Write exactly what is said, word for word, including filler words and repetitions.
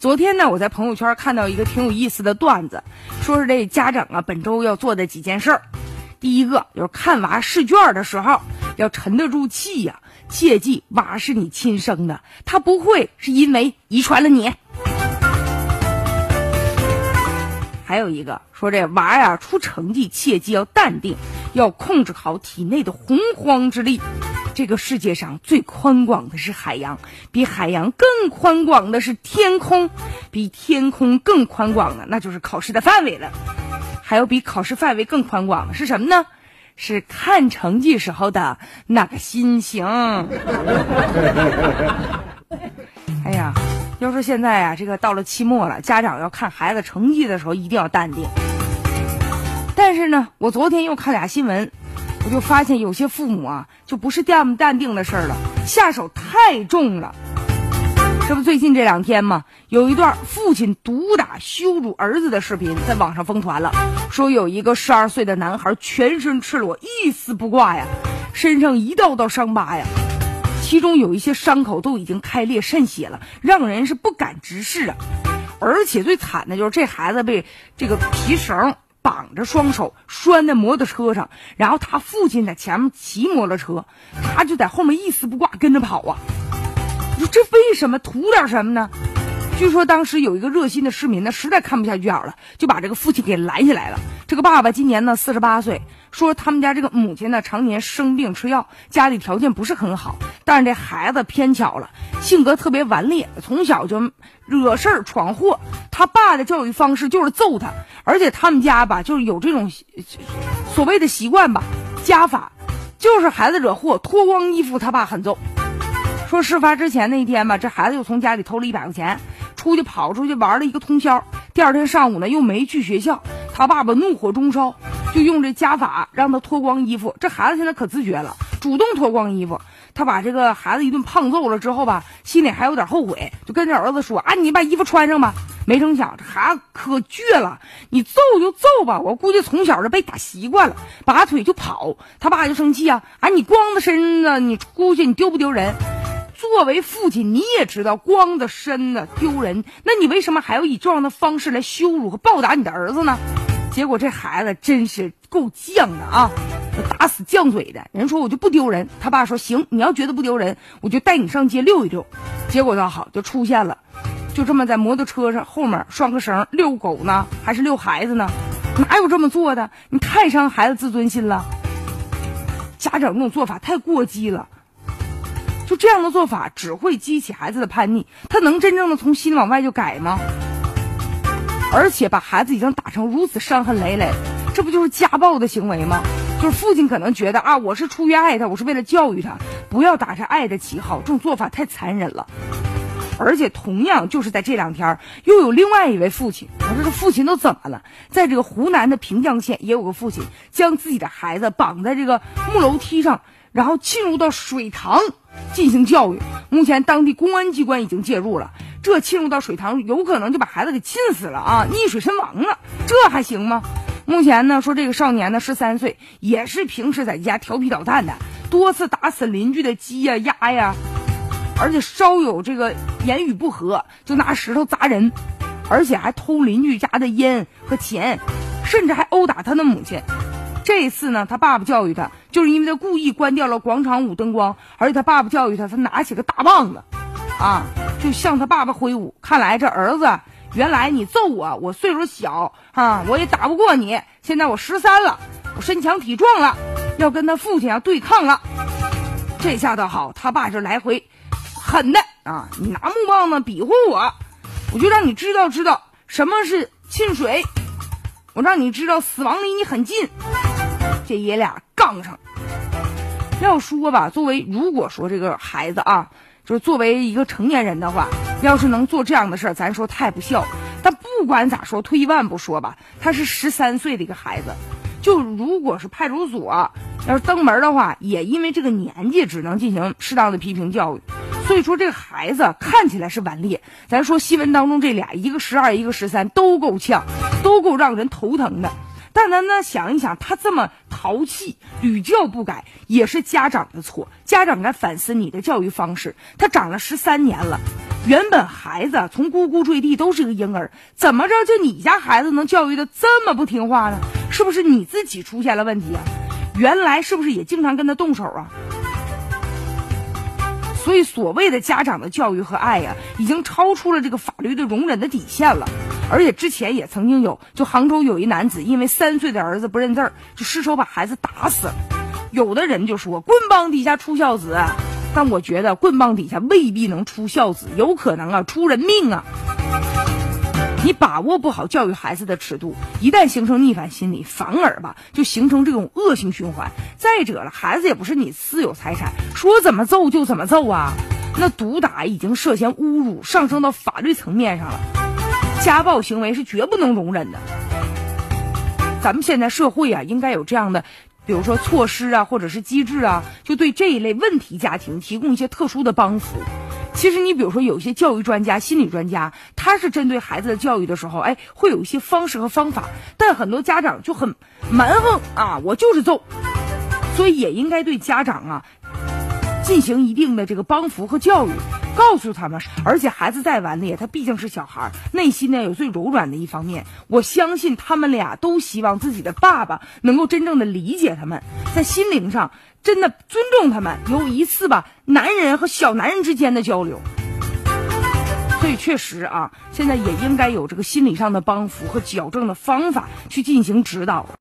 昨天呢，我在朋友圈看到一个挺有意思的段子，说是这家长啊本周要做的几件事儿。第一个就是看娃试卷的时候要沉得住气呀、啊，切记娃是你亲生的，他不会是因为遗传了你。还有一个说这娃呀出成绩切记要淡定，要控制好体内的洪荒之力。这个世界上最宽广的是海洋，比海洋更宽广的是天空，比天空更宽广的那就是考试的范围了。还有比考试范围更宽广的是什么呢？是看成绩时候的那个心情。哎呀，要说现在啊，这个到了期末了，家长要看孩子成绩的时候一定要淡定。但是呢，我昨天又看俩新闻，我就发现有些父母啊，就不是淡不淡定的事儿了，下手太重了。这不最近这两天嘛，有一段父亲毒打羞辱儿子的视频在网上疯传了，说有一个十二岁的男孩全身赤裸，一丝不挂呀，身上一道道伤疤呀，其中有一些伤口都已经开裂渗血了，让人是不敢直视啊。而且最惨的就是这孩子被这个皮绳绑着双手拴在摩托车上，然后他父亲在前面骑摩托车，他就在后面一丝不挂跟着跑啊。你说这为什么？图点什么呢？据说当时有一个热心的市民呢，实在看不下去好了，就把这个父亲给拦下来了。这个爸爸今年呢四十八岁，说他们家这个母亲呢常年生病吃药，家里条件不是很好，但是这孩子偏巧了，性格特别顽劣，从小就惹事儿闯祸。他爸的教育方式就是揍他，而且他们家吧就是有这种所谓的习惯吧，家法就是孩子惹祸脱光衣服他爸狠揍。说事发之前那一天吧，这孩子又从家里偷了一百块钱，出去跑出去玩了一个通宵，第二天上午呢又没去学校，他爸爸怒火中烧，就用这家法让他脱光衣服。这孩子现在可自觉了，主动脱光衣服。他把这个孩子一顿胖揍了之后吧，心里还有点后悔，就跟这儿子说啊，你把衣服穿上吧。没成想这孩子可倔了，你揍就揍吧，我估计从小就被打习惯了，拔腿就跑。他爸就生气啊，啊你光着身子你出去你丢不丢人？作为父亲，你也知道光着身子丢人，那你为什么还要以这样的方式来羞辱和报答你的儿子呢？结果这孩子真是够犟的啊，打死犟嘴的。人说我就不丢人，他爸说行，你要觉得不丢人，我就带你上街溜一溜。结果倒好，就出现了，就这么在摩托车上后面拴个绳，遛狗呢，还是遛孩子呢？哪有这么做的？你太伤孩子自尊心了。家长这种做法太过激了。就这样的做法只会激起孩子的叛逆，他能真正的从心往外就改吗？而且把孩子已经打成如此伤痕累累，这不就是家暴的行为吗？就是父亲可能觉得啊，我是出于爱他，我是为了教育他，不要打着爱的旗号，这种做法太残忍了。而且同样就是在这两天，又有另外一位父亲，我说这父亲都怎么了？在这个湖南的平江县也有个父亲将自己的孩子绑在这个木楼梯上，然后进入到水塘进行教育。目前当地公安机关已经介入了，这进入到水塘有可能就把孩子给浸死了啊，溺水身亡了，这还行吗？目前呢说这个少年呢十三岁，也是平时在家调皮捣蛋的，多次打死邻居的鸡呀鸭呀，而且稍有这个言语不合就拿石头砸人，而且还偷邻居家的烟和钱，甚至还殴打他的母亲。这一次呢他爸爸教育他，就是因为他故意关掉了广场舞灯光，而且他爸爸教育他，他拿起个大棒子啊，就向他爸爸挥舞。看来这儿子，原来你揍我，我岁数小啊，我也打不过你，现在我十三了，我身强体壮了，要跟他父亲啊对抗了。这下倒好，他爸就来回狠的啊，你拿木棒子比划我，我就让你知道知道什么是浸水，我让你知道死亡离你很近。这爷俩杠上。要说吧，作为如果说这个孩子啊，就是作为一个成年人的话，要是能做这样的事儿，咱说太不孝。但不管咋说，退一万步说吧，他是十三岁的一个孩子，就如果是派出所要是登门的话，也因为这个年纪只能进行适当的批评教育。所以说这个孩子看起来是顽劣，咱说新闻当中这俩，一个十二一个十三，都够呛，都够让人头疼的。但咱呢想一想，他这么淘气屡教不改，也是家长的错，家长该反思你的教育方式。他长了十三年了， 原本孩子从呱呱坠地都是个婴儿，怎么着就你家孩子能教育的这么不听话呢？是不是你自己出现了问题啊？原来是不是也经常跟他动手啊？所以所谓的家长的教育和爱呀、啊，已经超出了这个法律的容忍的底线了。而且之前也曾经有，就杭州有一男子因为三岁的儿子不认字儿，就失手把孩子打死了。有的人就说棍棒底下出孝子，但我觉得棍棒底下未必能出孝子，有可能啊出人命啊。你把握不好教育孩子的尺度，一旦形成逆反心理，反而吧就形成这种恶性循环。再者了，孩子也不是你私有财产，说怎么揍就怎么揍啊。那毒打已经涉嫌侮辱，上升到法律层面上了，家暴行为是绝不能容忍的。咱们现在社会啊应该有这样的比如说措施啊或者是机制啊，就对这一类问题家庭提供一些特殊的帮扶。其实你比如说有一些教育专家心理专家，他是针对孩子的教育的时候，哎，会有一些方式和方法，但很多家长就很蛮横啊，我就是揍。所以也应该对家长啊进行一定的这个帮扶和教育，告诉他们。而且孩子再顽劣，他毕竟是小孩，内心呢有最柔软的一方面，我相信他们俩都希望自己的爸爸能够真正的理解他们，在心灵上真的尊重他们，有一次吧男人和小男人之间的交流。所以确实啊，现在也应该有这个心理上的帮扶和矫正的方法去进行指导。